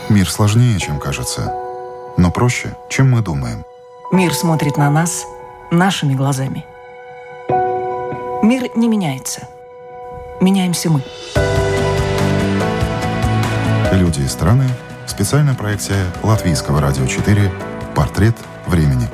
Мир сложнее, чем кажется, но проще, чем мы думаем. Мир смотрит на нас нашими глазами. Мир не меняется. Меняемся мы. Люди и страны. Специальная проекция Латвийского радио 4 «Портрет времени».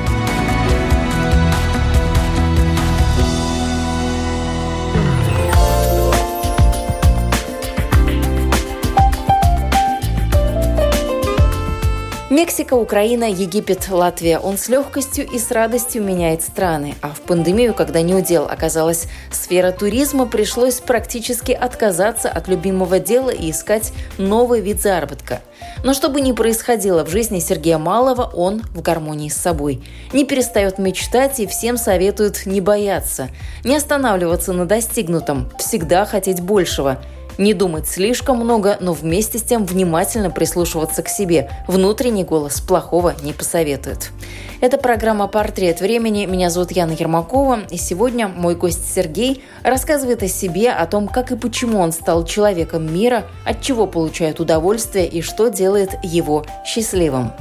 Мексика, Украина, Египет, Латвия. Он с легкостью и с радостью меняет страны. А в пандемию, когда неудел оказалась сфера туризма, пришлось практически отказаться от любимого дела и искать новый вид заработка. Но что бы ни происходило в жизни Сергея Малого, он в гармонии с собой. Не перестает мечтать и всем советует не бояться, не останавливаться на достигнутом, всегда хотеть большего. Не думать слишком много, но вместе с тем внимательно прислушиваться к себе. Внутренний голос плохого не посоветует. Это программа «Портрет времени». Меня зовут Яна Ермакова. И сегодня мой гость Сергей рассказывает о себе, о том, как и почему он стал человеком мира, от чего получает удовольствие и что делает его счастливым.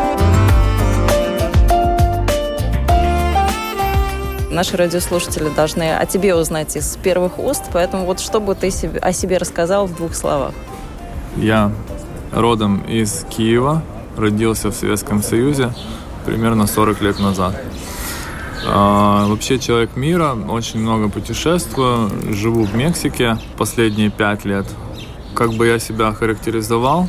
Наши радиослушатели должны о тебе узнать из первых уст, поэтому вот что бы ты о себе рассказал в 2 словах? Я родом из Киева, родился в Советском Союзе примерно 40 лет назад. Вообще человек мира, очень много путешествую, живу в Мексике последние 5 лет. Как бы я себя охарактеризовал?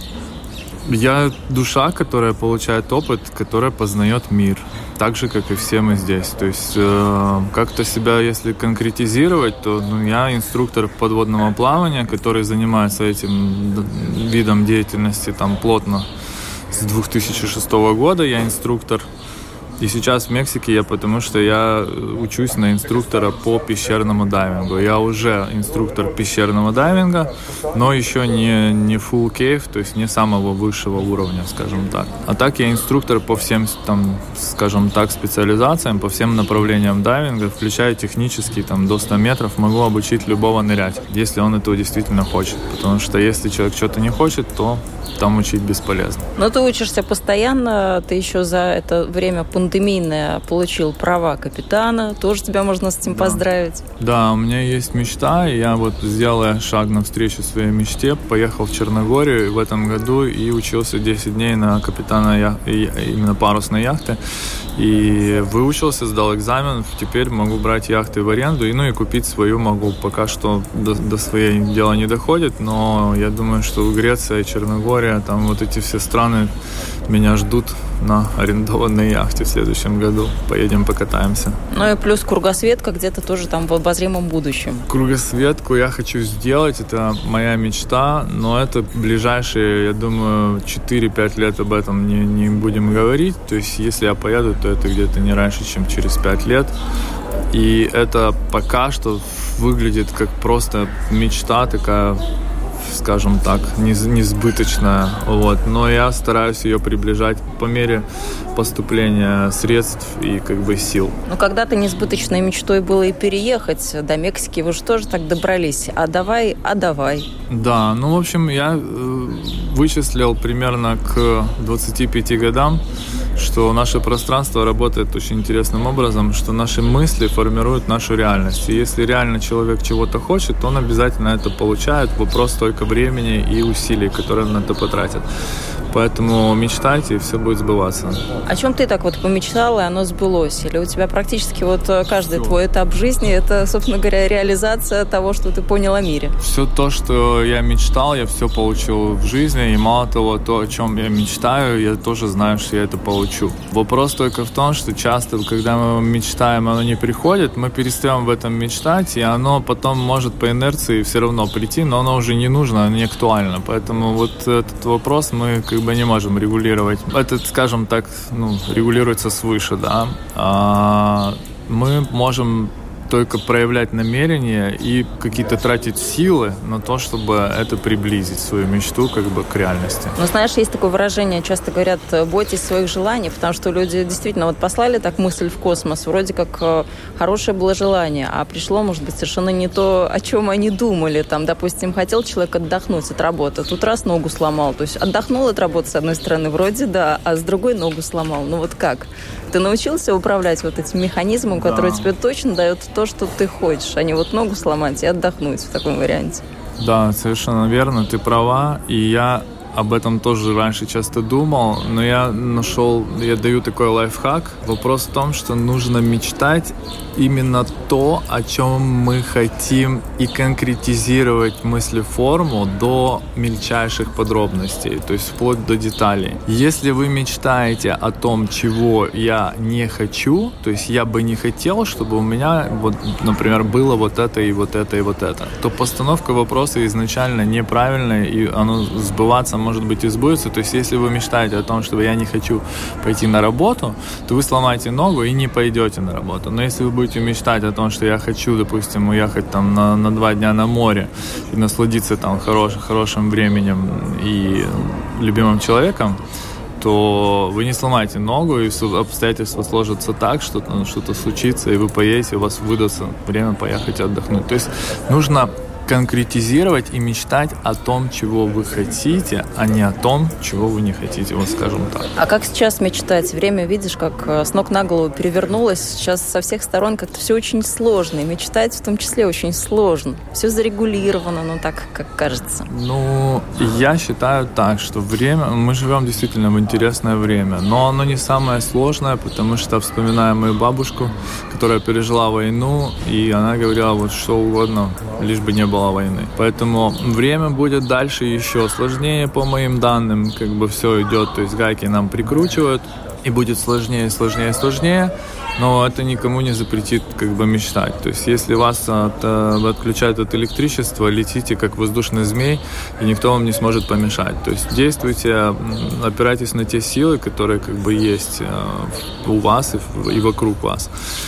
Я душа, которая получает опыт, которая познает мир. Так же, как и все мы здесь. То есть как-то себя, если конкретизировать, то я инструктор подводного плавания, который занимается этим видом деятельности там плотно с 2006 года. Я инструктор. И сейчас в Мексике потому что я учусь на инструктора по пещерному дайвингу. Я уже инструктор пещерного дайвинга, но еще не full cave, то есть не самого высшего уровня, скажем так. А так я инструктор по всем, там, скажем так, специализациям, по всем направлениям дайвинга, включая технический, там, до 100 метров, могу обучить любого нырять, если он этого действительно хочет. Потому что если человек что-то не хочет, то там учить бесполезно. Но ты учишься постоянно, ты еще за это время пандемийное получил права капитана, тоже тебя можно с этим поздравить. Да, у меня есть мечта, и я вот сделал шаг навстречу своей мечте, поехал в Черногорию в этом году и учился 10 дней на капитана именно парусной яхты. И выучился, сдал экзамен, теперь могу брать яхты в аренду и купить свою могу. Пока что до своей дела не доходит, но я думаю, что Греция, Черногория, там вот эти все страны меня ждут на арендованной яхте в следующем году. Поедем покатаемся. Ну и плюс кругосветка где-то тоже там в обозримом будущем. Кругосветку я хочу сделать, это моя мечта, но это ближайшие, я думаю, 4-5 лет об этом не будем говорить. То есть если я поеду, то это где-то не раньше, чем через 5 лет. И это пока что выглядит как просто мечта такая, скажем так, несбыточная. Вот. Но я стараюсь ее приближать по мере поступления средств и сил. Ну, когда-то несбыточной мечтой было и переехать до Мексики. Вы же тоже так добрались. А давай. Да, в общем, я вычислил примерно к 25 годам, что наше пространство работает очень интересным образом, что наши мысли формируют нашу реальность. И если реально человек чего-то хочет, то он обязательно это получает. Вопрос только времени и усилий, которые он на это потратит. Поэтому мечтайте, и все будет сбываться. О чем ты так помечтал, и оно сбылось? Или у тебя практически каждый твой этап жизни, это, собственно говоря, реализация того, что ты понял о мире? Все то, что я мечтал, я все получил в жизни. И мало того, то, о чем я мечтаю, я тоже знаю, что я это получу. Вопрос только в том, что часто, когда мы мечтаем, оно не приходит, мы перестаем в этом мечтать, и оно потом может по инерции все равно прийти, но оно уже не нужно, оно не актуально. Поэтому вот этот вопрос мы не можем регулировать. Это, скажем так, регулируется свыше, да. Мы можем только проявлять намерения и какие-то тратить силы на то, чтобы это приблизить, свою мечту как бы к реальности. Ну, знаешь, есть такое выражение, часто говорят, бойтесь своих желаний, потому что люди действительно вот послали так мысль в космос, вроде как хорошее было желание, а пришло, может быть, совершенно не то, о чем они думали. Там, допустим, хотел человек отдохнуть от работы, тут раз ногу сломал. То есть отдохнул от работы, с одной стороны, вроде да, а с другой ногу сломал. Ну вот как? Ты научился управлять вот этим механизмом, который тебе точно дает то, что ты хочешь, а не вот ногу сломать и отдохнуть в таком варианте? Да, совершенно верно, ты права. И я об этом тоже раньше часто думал, но я даю такой лайфхак. Вопрос в том, что нужно мечтать именно то, о чем мы хотим, и конкретизировать мыслеформу до мельчайших подробностей, то есть вплоть до деталей. Если вы мечтаете о том, чего я не хочу, то есть я бы не хотел, чтобы у меня, вот, например, было вот это и вот это и вот это, то постановка вопроса изначально неправильная, и оно сбываться может быть и сбудется. То есть если вы мечтаете о том, что я не хочу пойти на работу, то вы сломаете ногу и не пойдете на работу. Но если вы будете мечтать о том, что я хочу, допустим, уехать там на 2 дня на море и насладиться там хорошим временем и любимым человеком, то вы не сломаете ногу, и обстоятельства сложатся так, что что-то случится, и вы поедете, у вас выдастся время поехать отдохнуть. То есть нужно конкретизировать и мечтать о том, чего вы хотите, а не о том, чего вы не хотите, вот скажем так. А как сейчас мечтать? Время, видишь, как с ног на голову перевернулось. Сейчас со всех сторон как-то все очень сложно. И мечтать в том числе очень сложно. Все зарегулировано, ну так, как кажется. Ну, я считаю так, что мы живем действительно в интересное время, но оно не самое сложное, потому что вспоминаем мою бабушку, которая пережила войну, и она говорила вот что угодно, лишь бы не было войны. Поэтому время будет дальше еще сложнее, по моим данным, как бы все идет, то есть гайки нам прикручивают, и будет сложнее, сложнее, сложнее, но это никому не запретит как бы мечтать. То есть если вас отключают от электричества, летите как воздушный змей, и никто вам не сможет помешать. То есть действуйте, опирайтесь на те силы, которые как бы есть у вас и вокруг вас.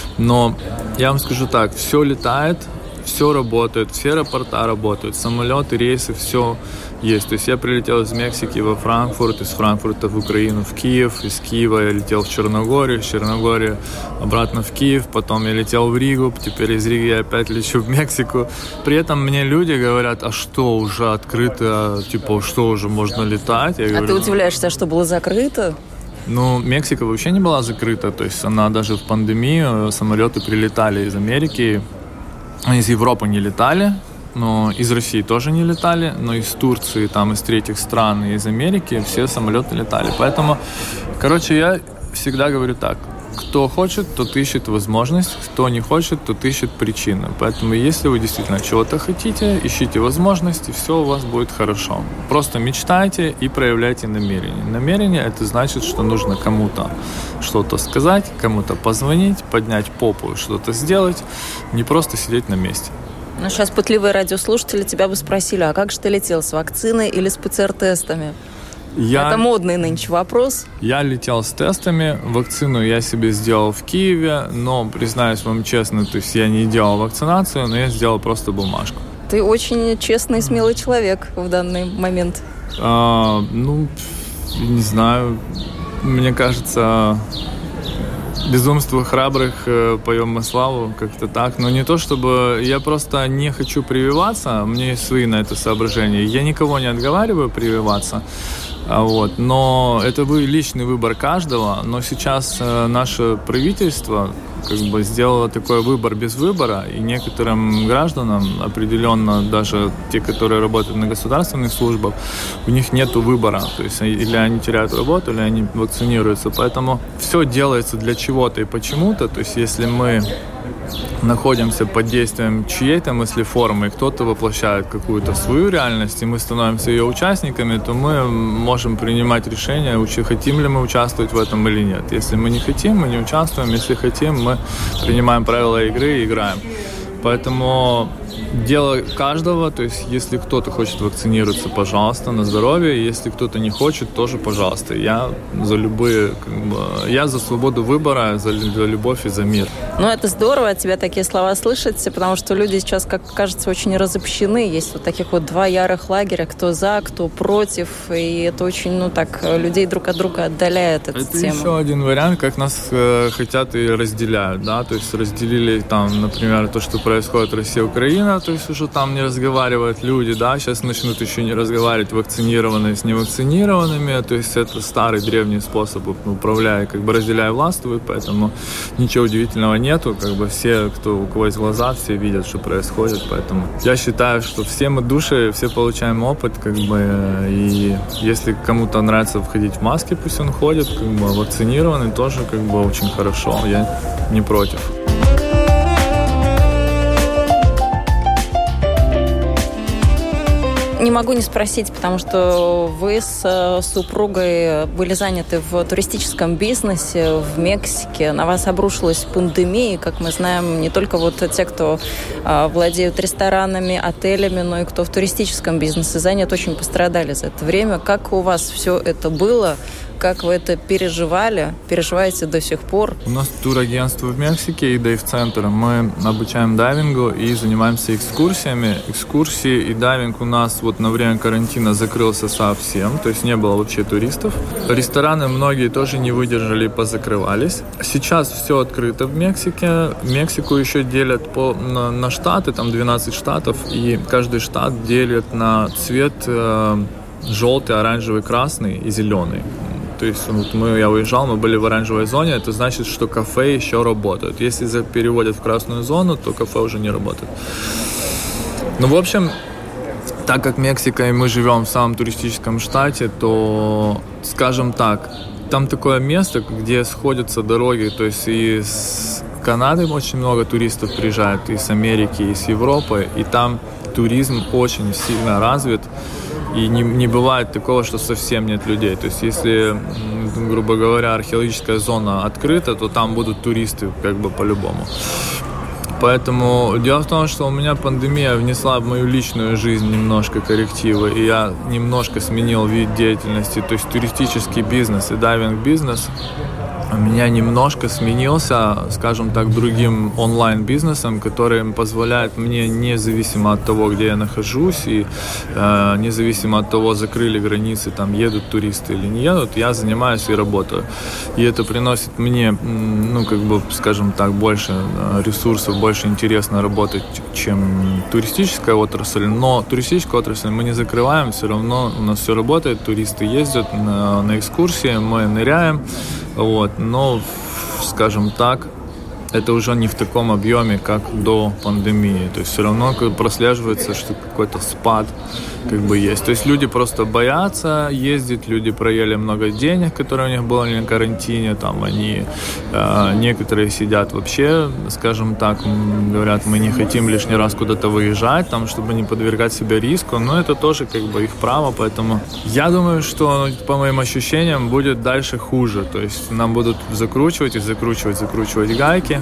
Но я вам скажу так, все летает, все работает, все аэропорта работают, самолеты, рейсы, все есть. То есть я прилетел из Мексики во Франкфурт, из Франкфурта в Украину, в Киев, из Киева я летел в Черногорию, из Черногории обратно в Киев, потом я летел в Ригу, теперь из Риги я опять лечу в Мексику. При этом мне люди говорят, а что, уже открыто, типа, что уже можно летать? Я говорю, ты удивляешься, что было закрыто? Ну, Мексика вообще не была закрыта, то есть она даже в пандемию, самолеты прилетали из Америки, из Европы не летали, но из России тоже не летали, но из Турции, там, из третьих стран и из Америки все самолеты летали. Поэтому, короче, я всегда говорю так, кто хочет, тот ищет возможность, кто не хочет, тот ищет причину. Поэтому, если вы действительно чего-то хотите, ищите возможности, все у вас будет хорошо. Просто мечтайте и проявляйте намерение. Намерение – это значит, что нужно кому-то что-то сказать, кому-то позвонить, поднять попу и что-то сделать, не просто сидеть на месте. Ну, сейчас пытливые радиослушатели тебя бы спросили, а как же ты летел, с вакциной или с ПЦР-тестами? Это модный нынче вопрос. Я летел с тестами, вакцину я себе сделал в Киеве, но, признаюсь вам честно, то есть я не делал вакцинацию, но я сделал просто бумажку. Ты очень честный и смелый человек в данный момент. Ну, не знаю, мне кажется, безумству храбрых поем мы славу, как-то так. Но не то, чтобы... Я просто не хочу прививаться, у меня есть свои на это соображения. Я никого не отговариваю прививаться. Вот. Но это личный выбор каждого. Но сейчас наше правительство как бы сделало такой выбор без выбора. И некоторым гражданам, определенно даже те, которые работают на государственных службах, у них нет выбора. То есть или они теряют работу, или они вакцинируются. Поэтому все делается для чего-то и почему-то. То есть если мы находимся под действием чьей-то мыслеформы, и кто-то воплощает какую-то свою реальность, и мы становимся ее участниками, то мы можем принимать решение, хотим ли мы участвовать в этом или нет. Если мы не хотим, мы не участвуем. Если хотим, мы принимаем правила игры и играем. Поэтому дело каждого, то есть если кто-то хочет вакцинироваться, пожалуйста, на здоровье, если кто-то не хочет, тоже пожалуйста. Я за любые, я за свободу выбора, за любовь и за мир. Ну, это здорово от тебя такие слова слышать, потому что люди сейчас, как кажется, очень разобщены. Есть вот таких вот два ярых лагеря, кто за, кто против, и это очень, людей друг от друга отдаляет эта тема. Это еще один вариант, как нас хотят и разделяют, да, то есть разделили там, например, то, что происходит в России и Украина, то есть уже там не разговаривают люди, да, сейчас начнут еще не разговаривать вакцинированные с невакцинированными, то есть это старый древний способ, управляя, разделяя властвует, поэтому ничего удивительного нету, все, у кого есть глаза, все видят, что происходит, поэтому я считаю, что все мы души, все получаем опыт, и если кому-то нравится входить в маске, пусть он ходит, вакцинированный тоже, очень хорошо, я не против. Не могу не спросить, потому что вы с супругой были заняты в туристическом бизнесе в Мексике. На вас обрушилась пандемия, как мы знаем, не только те, кто владеют ресторанами, отелями, но и кто в туристическом бизнесе занят, очень пострадали за это время. Как у вас все это было? Как вы это переживаете до сих пор? У нас турагентство в Мексике и дайв-центр. Мы обучаем дайвингу и занимаемся экскурсиями. Экскурсии и дайвинг у нас на время карантина закрылся совсем, то есть не было вообще туристов. Рестораны многие тоже не выдержали и позакрывались. Сейчас все открыто в Мексике. Мексику еще делят на штаты, там 12 штатов, и каждый штат делит на цвет желтый, оранжевый, красный и зеленый. То есть я уезжал, мы были в оранжевой зоне, это значит, что кафе еще работают. Если переводят в красную зону, то кафе уже не работает. В общем, так как Мексика и мы живем в самом туристическом штате, то, скажем так, там такое место, где сходятся дороги, то есть из Канады очень много туристов приезжают, и с Америки, и с Европы, и там туризм очень сильно развит. И не бывает такого, что совсем нет людей. То есть, если, грубо говоря, археологическая зона открыта, то там будут туристы по-любому. Поэтому дело в том, что у меня пандемия внесла в мою личную жизнь немножко коррективы, и я немножко сменил вид деятельности. То есть, туристический бизнес и дайвинг-бизнес у меня немножко сменился, скажем так, другим онлайн-бизнесом, который позволяет мне, независимо от того, где я нахожусь, и независимо от того, закрыли границы, там едут туристы или не едут, я занимаюсь и работаю. И это приносит мне, скажем так, больше ресурсов, больше интересно работать, чем туристическая отрасль. Но туристическую отрасль мы не закрываем, все равно у нас все работает, туристы ездят на экскурсии, мы ныряем. Но, скажем так, это уже не в таком объеме, как до пандемии. То есть все равно прослеживается, что какой-то спад есть. То есть люди просто боятся ездить, люди проели много денег, которые у них были на карантине, там они, некоторые сидят вообще, скажем так, говорят, мы не хотим лишний раз куда-то выезжать, там, чтобы не подвергать себя риску, но это тоже их право, поэтому я думаю, что, по моим ощущениям, будет дальше хуже, то есть нам будут закручивать гайки.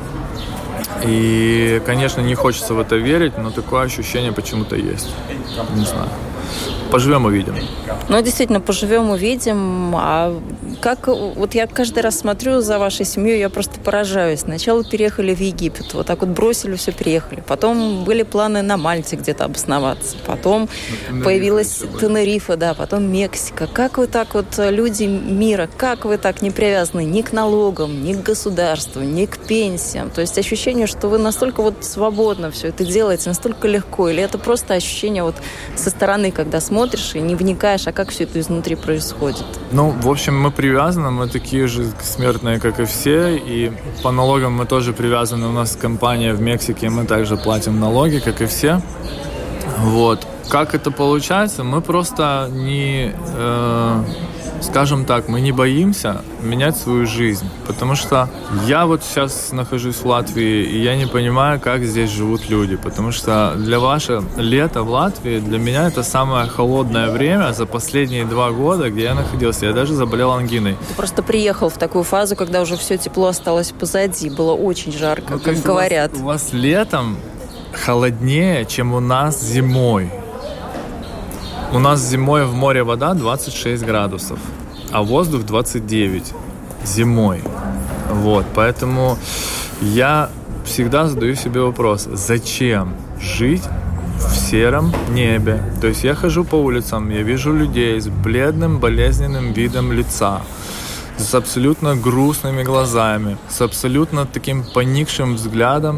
И, конечно, не хочется в это верить, но такое ощущение почему-то есть. Не знаю. Поживем, увидим. Действительно, поживем, увидим. А как... я каждый раз смотрю за вашей семьей, я просто поражаюсь. Сначала переехали в Египет, бросили все, переехали. Потом были планы на Мальте где-то обосноваться. Потом появилась Тенерифе, потом Мексика. Как вы так люди мира, как вы так не привязаны ни к налогам, ни к государству, ни к пенсиям? То есть ощущение, что вы настолько свободно все это делаете, настолько легко? Или это просто ощущение со стороны, когда смотришь и не вникаешь, а как все это изнутри происходит? В общем, мы привязаны, мы такие же смертные, как и все, и по налогам мы тоже привязаны. У нас компания в Мексике, мы также платим налоги, как и все. Как это получается? Мы просто скажем так, мы не боимся менять свою жизнь, потому что я сейчас нахожусь в Латвии, и я не понимаю, как здесь живут люди, потому что ваше лето в Латвии для меня это самое холодное время за последние 2 года, где я находился. Я даже заболел ангиной. Ты просто приехал в такую фазу, когда уже все тепло осталось позади, было очень жарко, как говорят. У вас летом холоднее, чем у нас зимой. У нас зимой в море вода 26 градусов, а воздух 29 зимой. Вот, поэтому я всегда задаю себе вопрос, зачем жить в сером небе? То есть я хожу по улицам, я вижу людей с бледным, болезненным видом лица, с абсолютно грустными глазами, с абсолютно таким поникшим взглядом.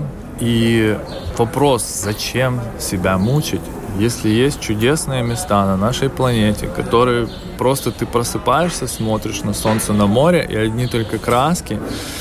И вопрос, зачем себя мучить, если есть чудесные места на нашей планете, которые просто ты просыпаешься, смотришь на солнце, на море, и одни только краски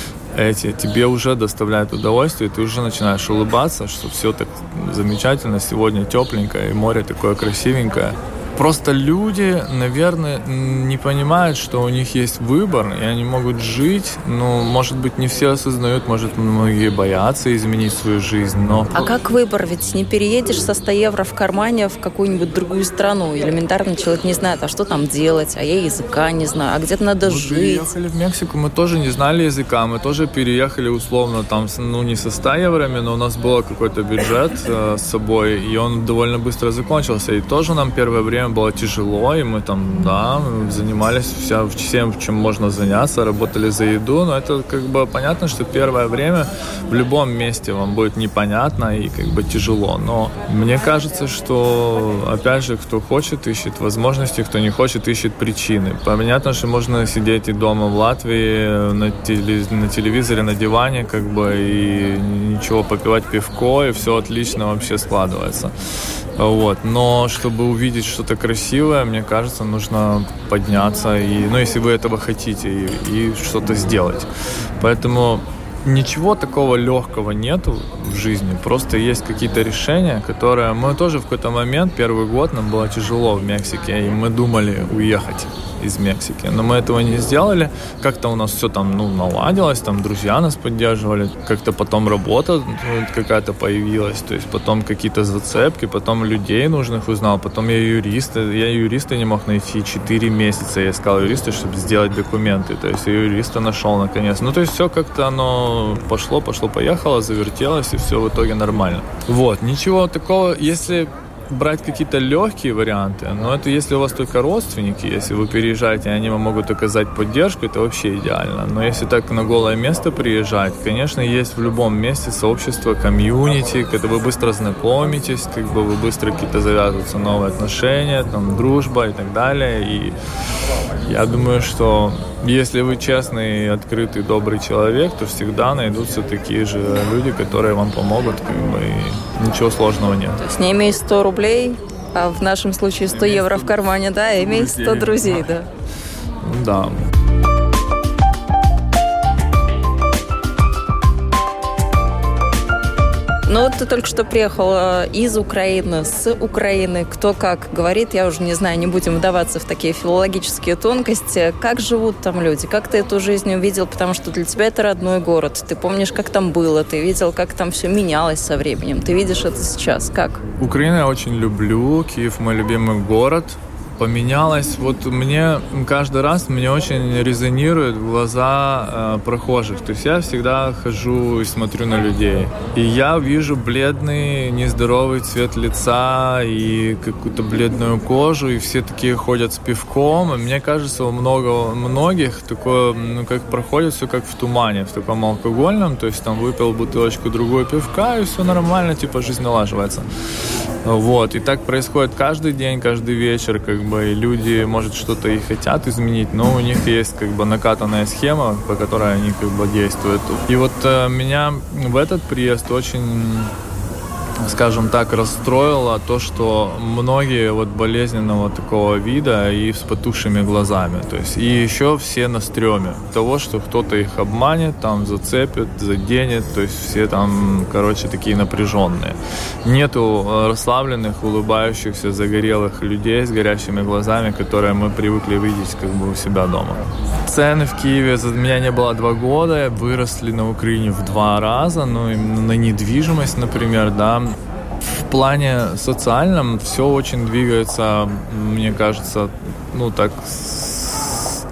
эти тебе уже доставляют удовольствие, и ты уже начинаешь улыбаться, что все так замечательно, сегодня тепленькое, и море такое красивенькое. Просто люди, наверное, не понимают, что у них есть выбор, и они могут жить. Ну, может быть, не все осознают, может, многие боятся изменить свою жизнь, но... А как выбор? Ведь не переедешь со 100 евро в кармане в какую-нибудь другую страну. Элементарно человек не знает, а что там делать, а я языка не знаю, а где-то надо жить. Мы переехали в Мексику, мы тоже не знали языка, мы тоже переехали условно там, ну, не со 100 еврами, но у нас был какой-то бюджет с собой, и он довольно быстро закончился. И тоже нам первое время было тяжело, и мы там, да, занимались всем, чем можно заняться, работали за еду, но это как бы понятно, что первое время в любом месте вам будет непонятно и как бы тяжело, но мне кажется, что, опять же, кто хочет, ищет возможности, кто не хочет, ищет причины. Понятно, что можно сидеть и дома в Латвии на телевизоре, на диване, как бы, и ничего, попивать пивко, и все отлично вообще складывается. Вот. Но чтобы увидеть что-то красивое, мне кажется, нужно подняться, и, ну, если вы этого хотите, и что-то сделать. Поэтому ничего такого легкого нету в жизни, просто есть какие-то решения, которые... Мы тоже в какой-то момент, первый год, нам было тяжело в Мексике, и мы думали уехать из Мексики, но мы этого не сделали. Как-то у нас все там, ну, наладилось, там друзья нас поддерживали, как-то потом работа какая-то появилась, то есть потом какие-то зацепки, потом людей нужных узнал, потом я юриста не мог найти 4 месяца, я искал юриста, чтобы сделать документы, то есть я юриста нашел наконец. Ну, то есть все как-то оно пошло-поехало, завертелось, и все в итоге нормально. Вот, ничего такого, если брать какие-то легкие варианты, но это если у вас только родственники, если вы переезжаете, они вам могут оказать поддержку, это вообще идеально. Но если так на голое место приезжать, конечно, есть в любом месте сообщество, комьюнити, когда вы быстро знакомитесь, как бы вы быстро какие-то завязываются новые отношения, там, дружба и так далее. И я думаю, что если вы честный, открытый, добрый человек, то всегда найдутся такие же люди, которые вам помогут, как бы, и ничего сложного нет. То есть не имей 100 рублей, а в нашем случае 100 евро в кармане, да, имей 100 друзей, да. Да. Ну вот ты только что приехал из Украины, с Украины, кто как говорит, я уже не знаю, не будем вдаваться в такие филологические тонкости. Как живут там люди, как ты эту жизнь увидел, потому что для тебя это родной город, ты помнишь, как там было, ты видел, как там все менялось со временем, ты видишь это сейчас, как? Украину я очень люблю, Киев мой любимый город. Поменялось. Вот мне каждый раз очень резонирует в глаза прохожих. То есть я всегда хожу и смотрю на людей. И я вижу бледный, нездоровый цвет лица и какую-то бледную кожу, и все такие ходят с пивком. И мне кажется, у многих такое, ну, как проходит все как в тумане, в таком алкогольном. То есть там выпил бутылочку другой пивка, и все нормально, типа жизнь налаживается. Вот. И так происходит каждый день, каждый вечер, как бы, и люди, может, что-то и хотят изменить, но у них есть, как бы, накатанная схема, по которой они, как бы, действуют. И вот меня в этот приезд очень, скажем так, расстроило то, что многие вот болезненного такого вида и с потухшими глазами. То есть, и еще все на стреме того, что кто-то их обманет, там зацепит, заденет. То есть все там, короче, такие напряженные. Нету расслабленных, улыбающихся, загорелых людей с горящими глазами, которые мы привыкли видеть, как бы, у себя дома. Цены в Киеве за меня не было 2 года, выросли на Украине в 2 раза, ну, на недвижимость, например, да. В плане социальном все очень двигается, мне кажется, ну, так,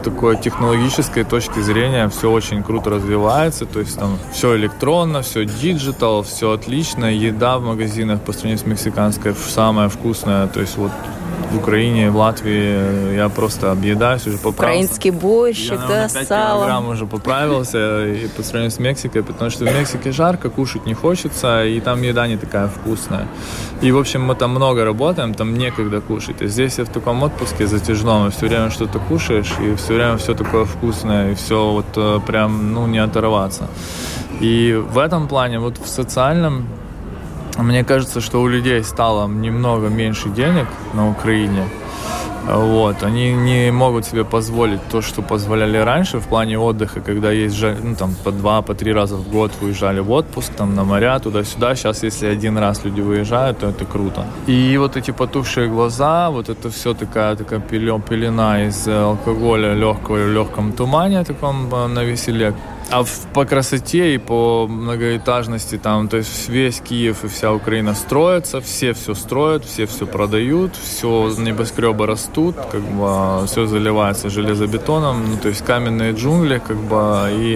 такой технологической точки зрения все очень круто развивается, то есть там все электронно, все диджитал, все отлично, еда в магазинах по сравнению с мексиканской самая вкусная, то есть вот в Украине, в Латвии я просто объедаюсь, уже поправился. Украинский борщик, да, с 5 салом. килограмм уже поправился и по сравнению с Мексикой, потому что в Мексике жарко, кушать не хочется, и там еда не такая вкусная. И, в общем, мы там много работаем, там некогда кушать. А здесь я в таком отпуске затяжном, и все время что-то кушаешь, и все время все такое вкусное, и все вот прям, не оторваться. И в этом плане, вот в социальном, мне кажется, что у людей стало немного меньше денег на Украине. Вот. Они не могут себе позволить то, что позволяли раньше в плане отдыха, когда есть по 2-3 раза в год выезжали в отпуск, там, на моря, туда-сюда. Сейчас, если один раз люди выезжают, то это круто. И вот эти потухшие глаза, вот это все такая пелена из алкоголя легкого, в легком тумане таком на веселе. А по красоте и по многоэтажности там, то есть весь Киев и вся Украина строятся, все строят, все продают, все небоскребы растут, все заливается железобетоном, то есть каменные джунгли, и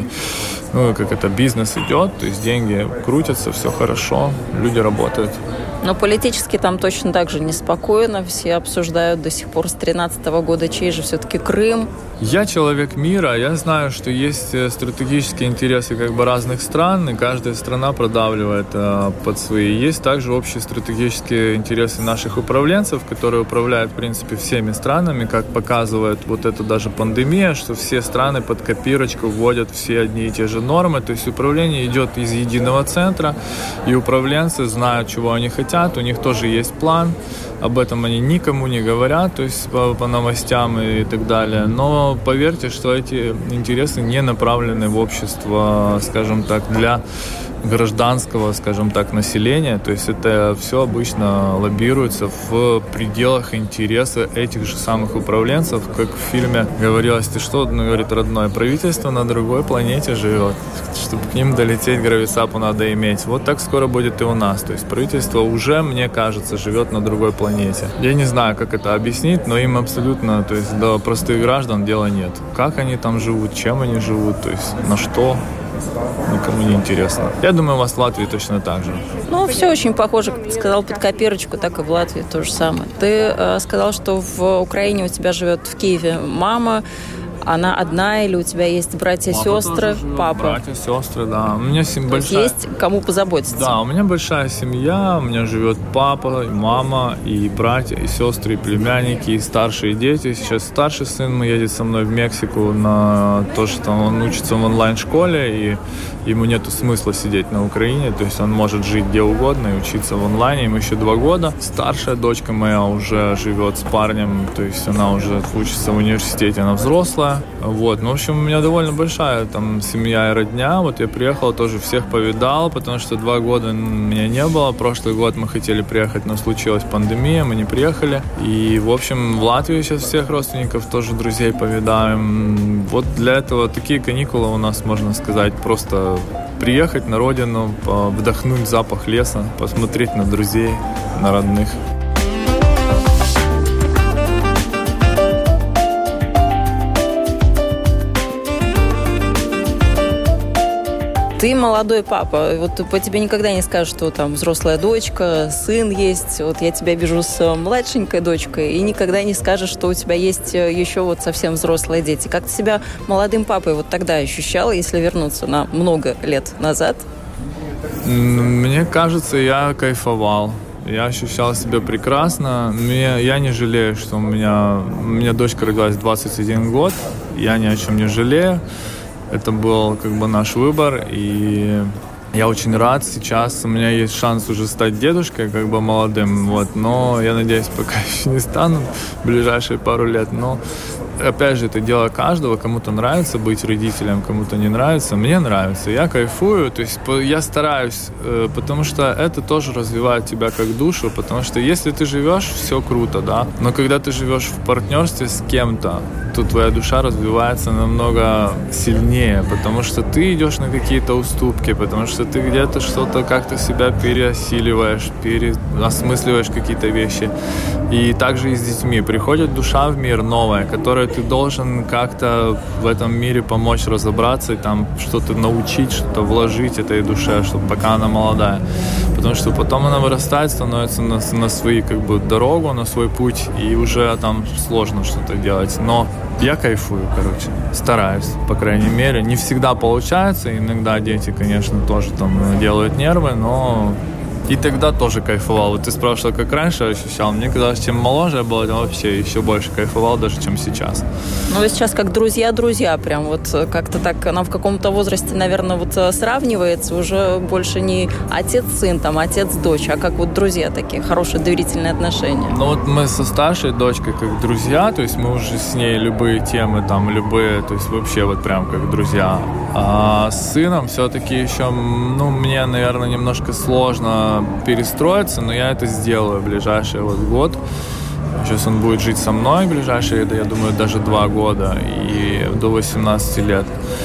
бизнес идет, то есть деньги крутятся, все хорошо, люди работают. Но политически там точно так же неспокойно. Все обсуждают до сих пор с 2013 года, чей же все-таки Крым. Я человек мира, я знаю, что есть стратегические интересы разных стран, и каждая страна продавливает под свои. Есть также общие стратегические интересы наших управленцев, которые управляют, в принципе, всеми странами, как показывает вот эта даже пандемия, что все страны под копирочку вводят все одни и те же нормы, то есть управление идет из единого центра, и управленцы знают, чего они хотят, у них тоже есть план, об этом они никому не говорят, то есть по новостям и так далее, но поверьте, что эти интересы не направлены в общество, скажем так, для гражданского, скажем так, населения, то есть это все обычно лоббируется в пределах интереса этих же самых управленцев, как в фильме говорилось, ты что, говорит родное правительство на другой планете живет, чтобы к ним долететь, гравицапу надо иметь. Вот так скоро будет и у нас, то есть правительство уже, мне кажется, живет на другой планете. Я не знаю, как это объяснить, но им абсолютно, то есть до простых граждан дела нет. Как они там живут, чем они живут, то есть на что, никому не интересно. Я думаю, у вас в Латвии точно так же. Все очень похоже, как ты сказал, под копирочку, так и в Латвии то же самое. Ты сказал, что в Украине у тебя живет в Киеве мама. Она одна или у тебя есть братья, сестры, папа? Братья, сестры, да. У меня большая... Есть кому позаботиться? Да, у меня большая семья, у меня живет папа, и мама, и братья, и сестры, и племянники, и старшие дети. Сейчас старший сын едет со мной в Мексику на то, что он учится в онлайн-школе, и ему нету смысла сидеть на Украине, то есть он может жить где угодно и учиться в онлайне. Ему еще 2 года. Старшая дочка моя уже живет с парнем, то есть она уже учится в университете, она взрослая. Вот, в общем, у меня довольно большая там семья и родня. Вот я приехал, тоже всех повидал, потому что 2 года меня не было. Прошлый год мы хотели приехать, но случилась пандемия, мы не приехали. И, в общем, в Латвии сейчас всех родственников, тоже друзей повидаем. Вот для этого такие каникулы у нас, можно сказать, просто приехать на родину, вдохнуть запах леса, посмотреть на друзей, на родных. Ты молодой папа, вот по тебе никогда не скажут, что там взрослая дочка, сын есть. Вот я тебя вижу с младшенькой дочкой, и никогда не скажешь, что у тебя есть еще вот совсем взрослые дети. Как ты себя молодым папой вот тогда ощущала, если вернуться на много лет назад? Мне кажется, я кайфовал. Я ощущал себя прекрасно. Я не жалею, что у меня дочка родилась в 21 год. Я ни о чем не жалею. Это был наш выбор, и я очень рад сейчас. У меня есть шанс уже стать дедушкой, молодым, но я надеюсь, пока еще не стану в ближайшие пару лет. Но опять же, это дело каждого. Кому-то нравится быть родителем, кому-то не нравится. Мне нравится, я кайфую, то есть я стараюсь, потому что это тоже развивает тебя как душу, потому что если ты живешь, все круто, да, но когда ты живешь в партнерстве с кем-то, то твоя душа развивается намного сильнее, потому что ты идешь на какие-то уступки, потому что ты где-то что-то как-то себя переосиливаешь, переосмысливаешь какие-то вещи. И также и с детьми. Приходит душа в мир новая, которой ты должен как-то в этом мире помочь разобраться и там что-то научить, что-то вложить этой душе, чтобы пока она молодая. Потому что потом она вырастает, становится на свою как бы дорогу, на свой путь, и уже там сложно что-то делать. Но я кайфую, короче, стараюсь, по крайней мере. Не всегда получается, иногда дети, конечно, тоже там делают нервы, но и тогда тоже кайфовал. Вот ты спрашивал, как раньше ощущал. Мне казалось, чем моложе я был, я вообще еще больше кайфовал, даже чем сейчас. Ну, вы сейчас как друзья, прям вот как-то так, она в каком-то возрасте, наверное, вот сравнивается, уже больше не отец-сын, там, отец-дочь, а как вот друзья такие, хорошие доверительные отношения. Ну, вот мы со старшей дочкой как друзья, то есть мы уже с ней любые темы, там, любые, то есть вообще вот прям как друзья. А с сыном все-таки еще, ну, мне, наверное, немножко сложно перестроиться, но я это сделаю в ближайший вот год. Сейчас он будет жить со мной в ближайшие, я думаю, даже 2 года и до 18 лет.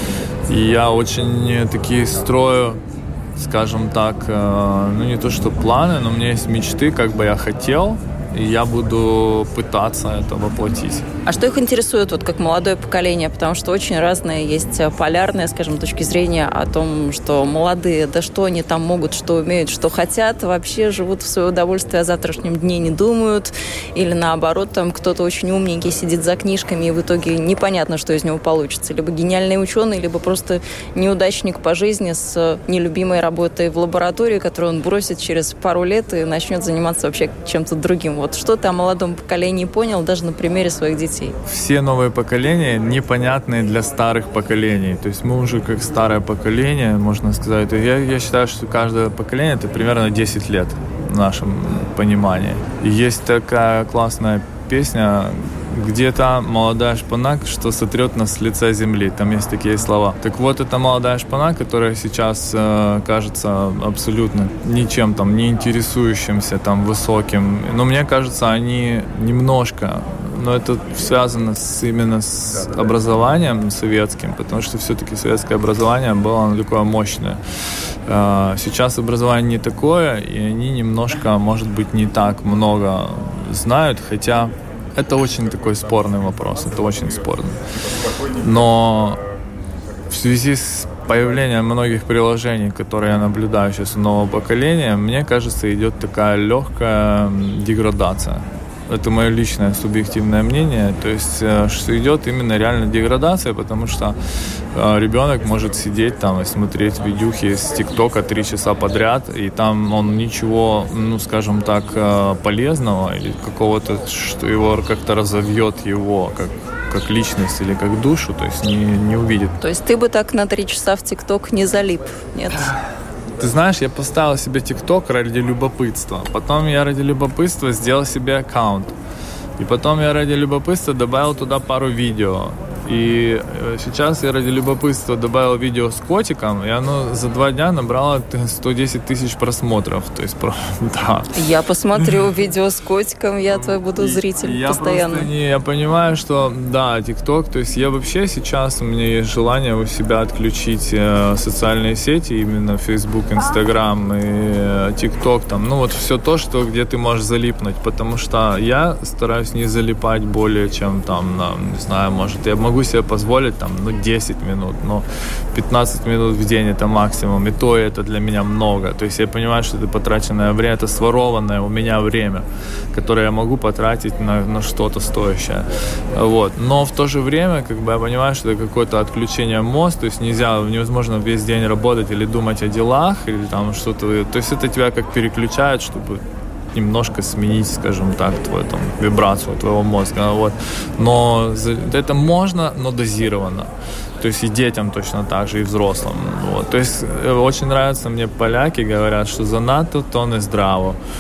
И я очень такие строю, скажем так, ну не то что планы, но у меня есть мечты, как бы я хотел, и я буду пытаться это воплотить. А что их интересует, вот как молодое поколение? Потому что очень разные есть полярные, скажем, точки зрения о том, что молодые, да что они там могут, что умеют, что хотят, вообще живут в свое удовольствие, о завтрашнем дне не думают. Или наоборот, там кто-то очень умненький сидит за книжками, и в итоге непонятно, что из него получится. Либо гениальный ученый, либо просто неудачник по жизни с нелюбимой работой в лаборатории, которую он бросит через пару лет и начнет заниматься вообще чем-то другим. Вот что ты о молодом поколении понял даже на примере своих детей? Все новые поколения непонятные для старых поколений. То есть мы уже как старое поколение, можно сказать. Я считаю, что каждое поколение это примерно 10 лет в нашем понимании. И есть такая классная песня «Где-то молодая шпана, что сотрет нас с лица земли». Там есть такие слова. Так вот, это молодая шпана, которая сейчас кажется абсолютно ничем там не интересующимся, там, высоким. Но мне кажется, они немножко... Но это связано именно с образованием советским, потому что все-таки советское образование было такое мощное. Сейчас образование не такое, и они немножко, может быть, не так много знают, хотя это очень такой спорный вопрос, это очень спорный. Но в связи с появлением многих приложений, которые я наблюдаю сейчас у нового поколения, мне кажется, идет такая легкая деградация. Это мое личное субъективное мнение. То есть, что идет именно реально деградация, потому что ребенок может сидеть там и смотреть видюхи с ТикТока 3 часа подряд, и там он ничего, ну, скажем так, полезного или какого-то, что его как-то разовьет его, как личность или как душу, то есть не увидит. То есть ты бы так на 3 часа в ТикТок не залип, нет? Ты знаешь, я поставил себе ТикТок ради любопытства. Потом я ради любопытства сделал себе аккаунт. И потом я ради любопытства добавил туда пару видео. И сейчас я ради любопытства добавил видео с котиком, и оно за 2 дня набрало 110 тысяч просмотров. То есть, да. Я посмотрю видео с котиком, я твой буду зритель постоянно. Я понимаю, что, да, ТикТок, то есть я вообще сейчас, у меня есть желание у себя отключить социальные сети, именно Facebook, Instagram и ТикТок, там, ну вот все то, что, где ты можешь залипнуть, потому что я стараюсь не залипать более чем там, не знаю, может, я могу себе позволить там, 10 минут, но 15 минут в день это максимум, и то это для меня много. То есть я понимаю, что это потраченное время, это сворованное у меня время, которое я могу потратить на что-то стоящее. Вот. Но в то же время, как бы я понимаю, что это какое-то отключение мозга, то есть невозможно весь день работать или думать о делах, или там что-то. То есть это тебя как переключает, чтобы немножко сменить, скажем так, твою там вибрацию твоего мозга. Вот. Но это можно, но дозированно. То есть и детям точно так же, и взрослым. Вот. То есть очень нравятся мне поляки, говорят, что занадто, то не здраво.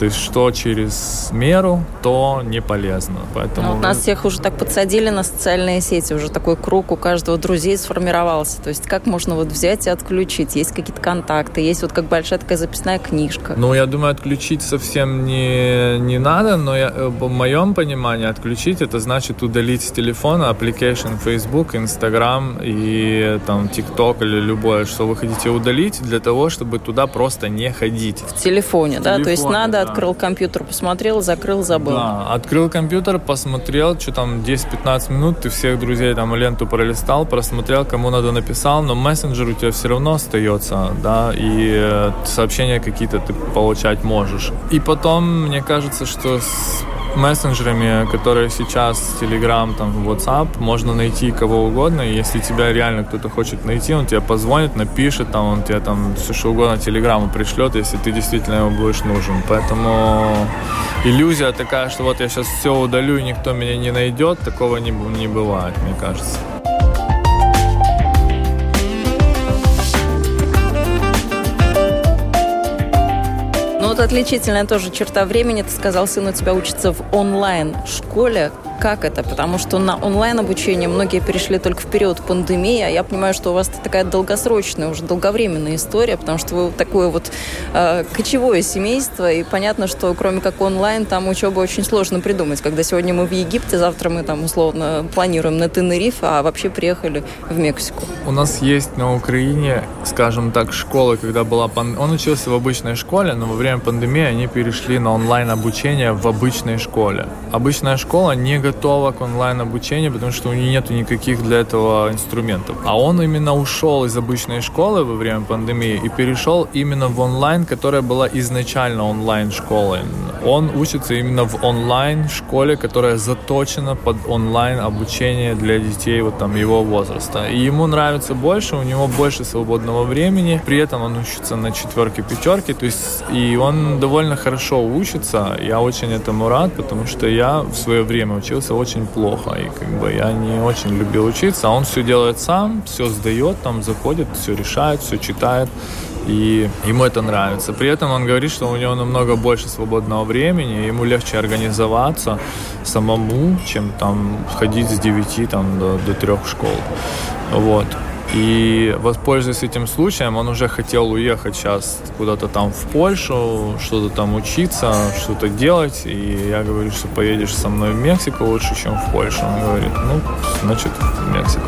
То есть, что через меру, то не полезно. Поэтому нас всех уже так подсадили на социальные сети, уже такой круг у каждого друзей сформировался. То есть, как можно вот взять и отключить? Есть какие-то контакты, есть вот как большая такая записная книжка. Ну, я думаю, отключить совсем не надо, но в моем понимании отключить — это значит удалить с телефона application Facebook, Instagram и там TikTok или любое, что вы хотите удалить, для того, чтобы туда просто не ходить. В телефоне, да? То есть надо, да. Открыл компьютер, посмотрел, закрыл, забыл. Да, открыл компьютер, посмотрел, что там 10-15 минут, ты всех друзей там ленту пролистал, просмотрел, кому надо написал, но мессенджер у тебя все равно остается, да, и сообщения какие-то ты получать можешь. И потом, мне кажется, что с мессенджерами, которые сейчас, Telegram, там, WhatsApp, можно найти кого угодно, и если тебя реально кто-то хочет найти, он тебе позвонит, напишет, там, он тебе там все что угодно Телеграму пришлет, если ты действительно ему будешь нужен. Поэтому иллюзия такая, что вот я сейчас все удалю, и никто меня не найдет, такого не бывает, мне кажется. Вот отличительная тоже черта времени. Ты сказал, сын у тебя учится в онлайн-школе. Как это? Потому что на онлайн-обучение многие перешли только в период пандемии, а я понимаю, что у вас такая долгосрочная, уже долговременная история, потому что вы такое вот кочевое семейство, и понятно, что кроме как онлайн, там учебу очень сложно придумать. Когда сегодня мы в Египте, завтра мы там условно планируем на Тенерифе, а вообще приехали в Мексику. У нас есть на Украине, скажем так, школы, когда была пандемия. Он учился в обычной школе, но во время пандемии они перешли на онлайн-обучение в обычной школе. Обычная школа не готова к онлайн-обучению, потому что у нее нет никаких для этого инструментов. А он именно ушел из обычной школы во время пандемии и перешел именно в онлайн, которая была изначально онлайн-школой. Он учится именно в онлайн-школе, которая заточена под онлайн-обучение для детей вот там его возраста. И ему нравится больше, у него больше свободного времени, при этом он учится на 4-5, то есть и он довольно хорошо учится. Я очень этому рад, потому что я в свое время учился очень плохо, и как бы я не очень любил учиться, а он все делает сам, все сдает, там заходит, все решает, все читает, и ему это нравится. При этом он говорит, что у него намного больше свободного времени, ему легче организоваться самому, чем там ходить с 9 там, до 3 в школу. Вот. И, воспользуясь этим случаем, он уже хотел уехать сейчас куда-то там в Польшу, что-то там учиться, что-то делать. И я говорю, что поедешь со мной в Мексику лучше, чем в Польшу. Он говорит, ну, значит, в Мексику.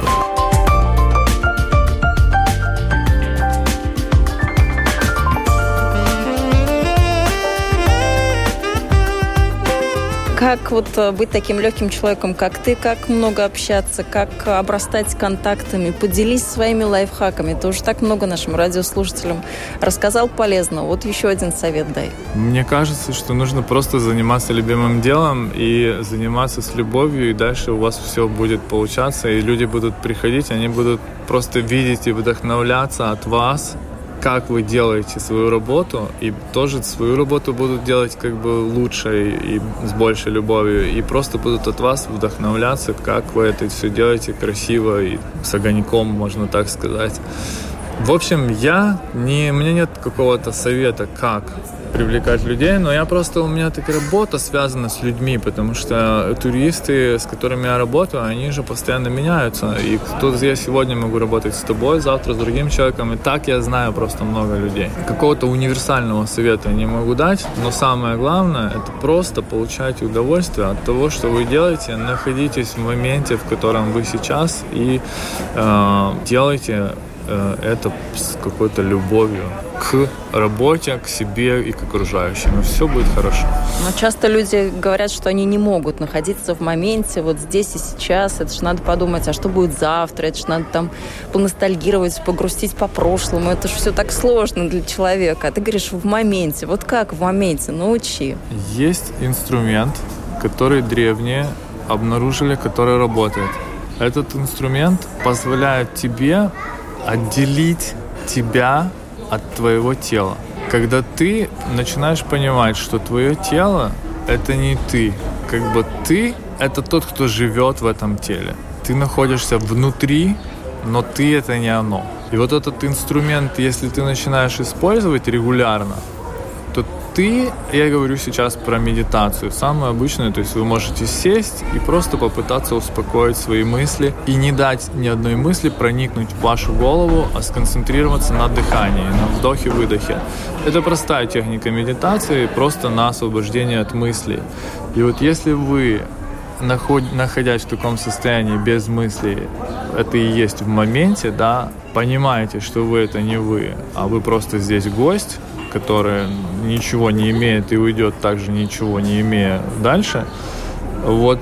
Как вот быть таким легким человеком, как ты, как много общаться, как обрастать контактами, поделись своими лайфхаками. Ты уже так много нашим радиослушателям рассказал полезно. Вот еще один совет дай. Мне кажется, что нужно просто заниматься любимым делом и заниматься с любовью, и дальше у вас все будет получаться, и люди будут приходить, они будут просто видеть и вдохновляться от вас, как вы делаете свою работу, и тоже свою работу будут делать как бы лучше и с большей любовью, и просто будут от вас вдохновляться, как вы это все делаете красиво и с огоньком, можно так сказать. В общем, у меня нет какого-то совета, как привлекать людей, но у меня такая работа связана с людьми, потому что туристы, с которыми я работаю, они же постоянно меняются. И я сегодня могу работать с тобой, завтра с другим человеком, и так я знаю просто много людей. Какого-то универсального совета я не могу дать, но самое главное, это просто получать удовольствие от того, что вы делаете, находитесь в моменте, в котором вы сейчас, и делайте это с какой-то любовью к работе, к себе и к окружающим. И все будет хорошо. Но часто люди говорят, что они не могут находиться в моменте, вот здесь и сейчас. Это же надо подумать, а что будет завтра? Это же надо там поностальгировать, погрустить по прошлому. Это же все так сложно для человека. А ты говоришь в моменте. Вот как в моменте? Научи. Есть инструмент, который древние обнаружили, который работает. Этот инструмент позволяет тебе отделить тебя от твоего тела. Когда ты начинаешь понимать, что твое тело — это не ты. Как бы ты — это тот, кто живет в этом теле. Ты находишься внутри, но ты — это не оно. И вот этот инструмент, если ты начинаешь использовать регулярно, то я говорю сейчас про медитацию, самую обычную, то есть вы можете сесть и просто попытаться успокоить свои мысли и не дать ни одной мысли проникнуть в вашу голову, а сконцентрироваться на дыхании, на вдохе-выдохе. Это простая техника медитации, просто на освобождение от мыслей. И вот если вы, находясь в таком состоянии без мыслей, это и есть в моменте, да, понимаете, что вы это не вы, а вы просто здесь гость, который ничего не имеет и уйдет также ничего не имея дальше, вот,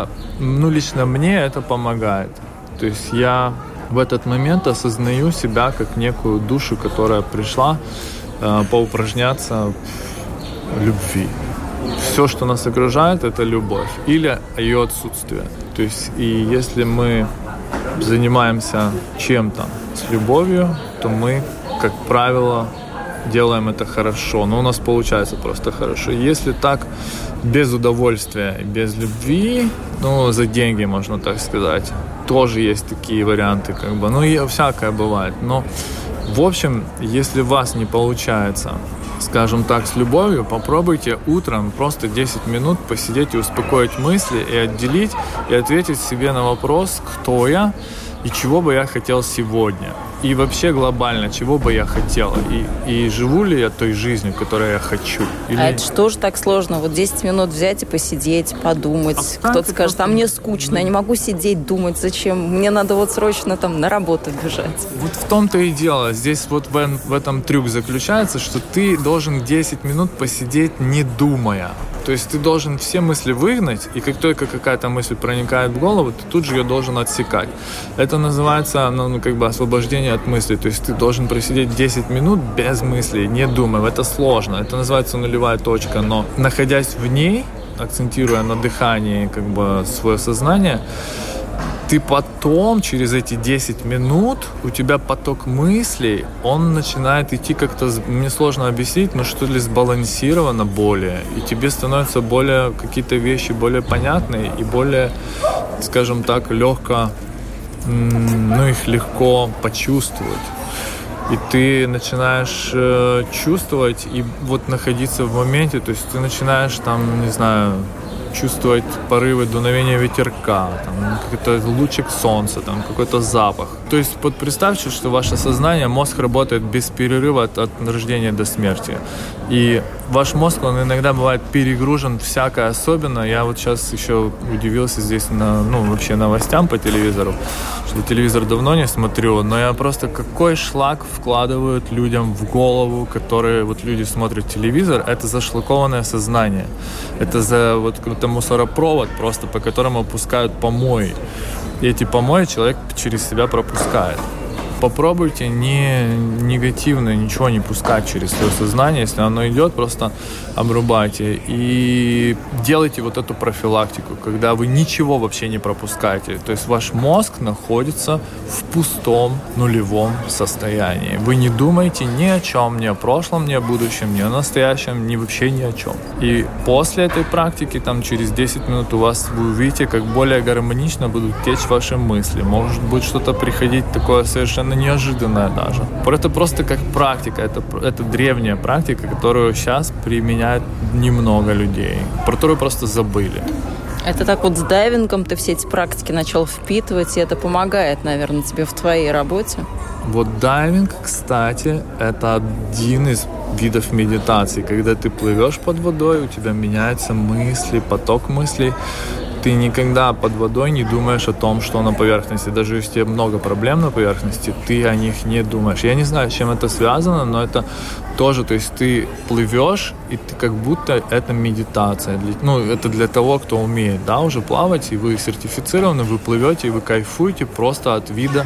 лично мне это помогает. То есть я в этот момент осознаю себя как некую душу, которая пришла поупражняться в любви. Все, что нас окружает, это любовь или ее отсутствие. То есть, и если мы занимаемся чем-то с любовью, то мы, как правило, делаем это хорошо. Но у нас получается просто хорошо. Если так, без удовольствия, без любви, за деньги, можно так сказать, тоже есть такие варианты, и всякое бывает. Но, в общем, если у вас не получается, скажем так, с любовью, попробуйте утром просто 10 минут посидеть и успокоить мысли, и отделить, и ответить себе на вопрос, кто я и чего бы я хотел сегодня. И вообще глобально, чего бы я хотел. И живу ли я той жизнью, которую я хочу. Или... А это что же так сложно? Вот 10 минут взять и посидеть, подумать. Кто-то скажет, мне скучно, я не могу сидеть, думать, зачем? Мне надо вот срочно на работу бежать. Вот в том-то и дело. Здесь вот в этом трюк заключается, что ты должен 10 минут посидеть, не думая. То есть ты должен все мысли выгнать, и как только какая-то мысль проникает в голову, ты тут же ее должен отсекать. Это называется, освобождение от мыслей. То есть ты должен просидеть 10 минут без мыслей, не думая. Это сложно. Это называется нулевая точка. Но находясь в ней, акцентируя на дыхании свое сознание, ты потом, через эти 10 минут, у тебя поток мыслей, он начинает идти как-то, мне сложно объяснить, но что ли сбалансированно более. И тебе становятся более какие-то вещи более понятные и более, скажем так, легко, их легко почувствовать. И ты начинаешь чувствовать и вот находиться в моменте, то есть ты начинаешь чувствовать порывы, дуновения ветерка, какой-то лучик солнца, какой-то запах. То есть представьте, что ваше сознание, мозг работает без перерыва от рождения до смерти. И ваш мозг, он иногда бывает перегружен всякое, особенно. Я вот сейчас еще удивился здесь вообще новостям по телевизору, что телевизор давно не смотрю, но я просто какой шлак вкладывают людям в голову, которые люди смотрят телевизор, это зашлакованное сознание. Это это мусоропровод просто, по которому пускают помои. И эти помои человек через себя пропускает. Попробуйте не негативно ничего не пускать через свое сознание. Если оно идет, просто обрубайте. И делайте вот эту профилактику, когда вы ничего вообще не пропускаете. То есть ваш мозг находится в пустом нулевом состоянии. Вы не думаете ни о чем, ни о прошлом, ни о будущем, ни о настоящем, вообще ни о чем. И после этой практики, через 10 минут вы увидите, как более гармонично будут течь ваши мысли. Может быть, что-то приходить такое совершенно неожиданное даже. Это просто как практика, это древняя практика, которую сейчас применяют немного людей, про которую просто забыли. Это так с дайвингом ты все эти практики начал впитывать, и это помогает, наверное, тебе в твоей работе? Вот дайвинг, кстати, это один из видов медитации, когда ты плывешь под водой, у тебя меняются мысли, поток мыслей. Ты никогда под водой не думаешь о том, что на поверхности. Даже если у тебя много проблем на поверхности, ты о них не думаешь. Я не знаю, с чем это связано, но это тоже, то есть ты плывешь, и ты как будто это медитация. Это для того, кто умеет, уже плавать, и вы сертифицированы, вы плывете, и вы кайфуете просто от вида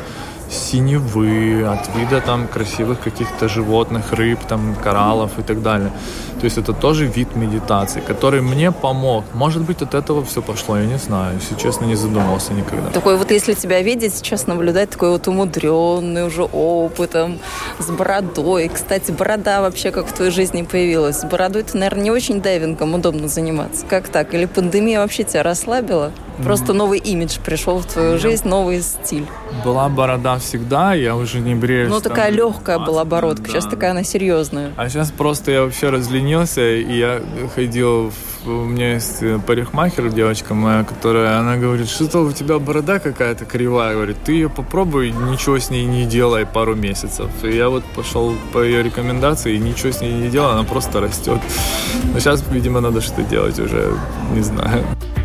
синевы, от вида красивых каких-то животных, рыб, кораллов и так далее. То есть это тоже вид медитации, который мне помог. Может быть, от этого все пошло, я не знаю. Если честно, не задумывался никогда. Такой если тебя видеть, сейчас наблюдать, такой умудренный уже опытом, с бородой. Кстати, борода вообще как в твоей жизни появилась? С бородой-то, наверное, не очень дайвингом удобно заниматься. Как так? Или пандемия вообще тебя расслабила? Просто новый имидж пришел в твою жизнь, новый стиль. Была борода всегда, я уже не бреюсь. Такая легкая была бородка. Да. Сейчас такая она серьезная. А сейчас просто я вообще разленился женился, и я ходил у меня есть парикмахер, девочка моя, она говорит, что-то у тебя борода какая-то кривая, говорит, ты ее попробуй, ничего с ней не делай пару месяцев. И я вот пошел по ее рекомендации, и ничего с ней не делал, она просто растет. Но сейчас, видимо, надо что-то делать уже, не знаю.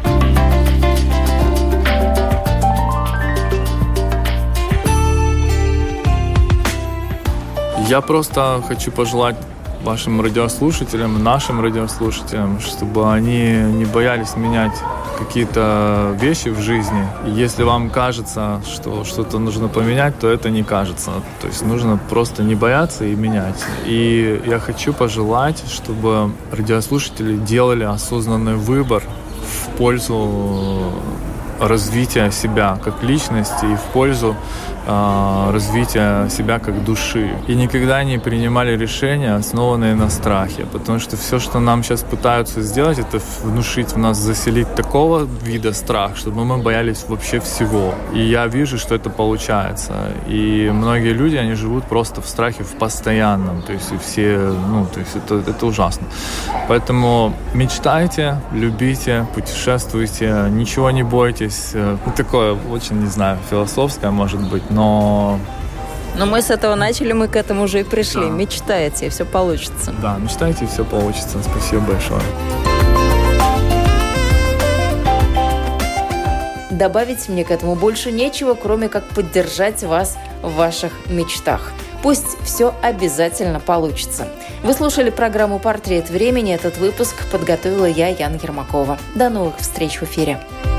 Я просто хочу пожелать вашим радиослушателям, нашим радиослушателям, чтобы они не боялись менять какие-то вещи в жизни. И если вам кажется, что что-то нужно поменять, то это не кажется. То есть нужно просто не бояться и менять. И я хочу пожелать, чтобы радиослушатели делали осознанный выбор в пользу развития себя как личности и в пользу развития себя как души. И никогда не принимали решения, основанные на страхе. Потому что все, что нам сейчас пытаются сделать, это внушить в нас, заселить такого вида страх, чтобы мы боялись вообще всего. И я вижу, что это получается. И многие люди, они живут просто в страхе, в постоянном. То есть и все, то есть это ужасно. Поэтому мечтайте, любите, путешествуйте, ничего не бойтесь. Такое очень, не знаю, философское, может быть, но мы с этого начали, мы к этому уже и пришли. Да. Мечтайте, и все получится. Да, мечтайте, и все получится. Спасибо большое. Добавить мне к этому больше нечего, кроме как поддержать вас в ваших мечтах. Пусть все обязательно получится. Вы слушали программу «Портрет времени». Этот выпуск подготовила я, Яна Ермакова. До новых встреч в эфире.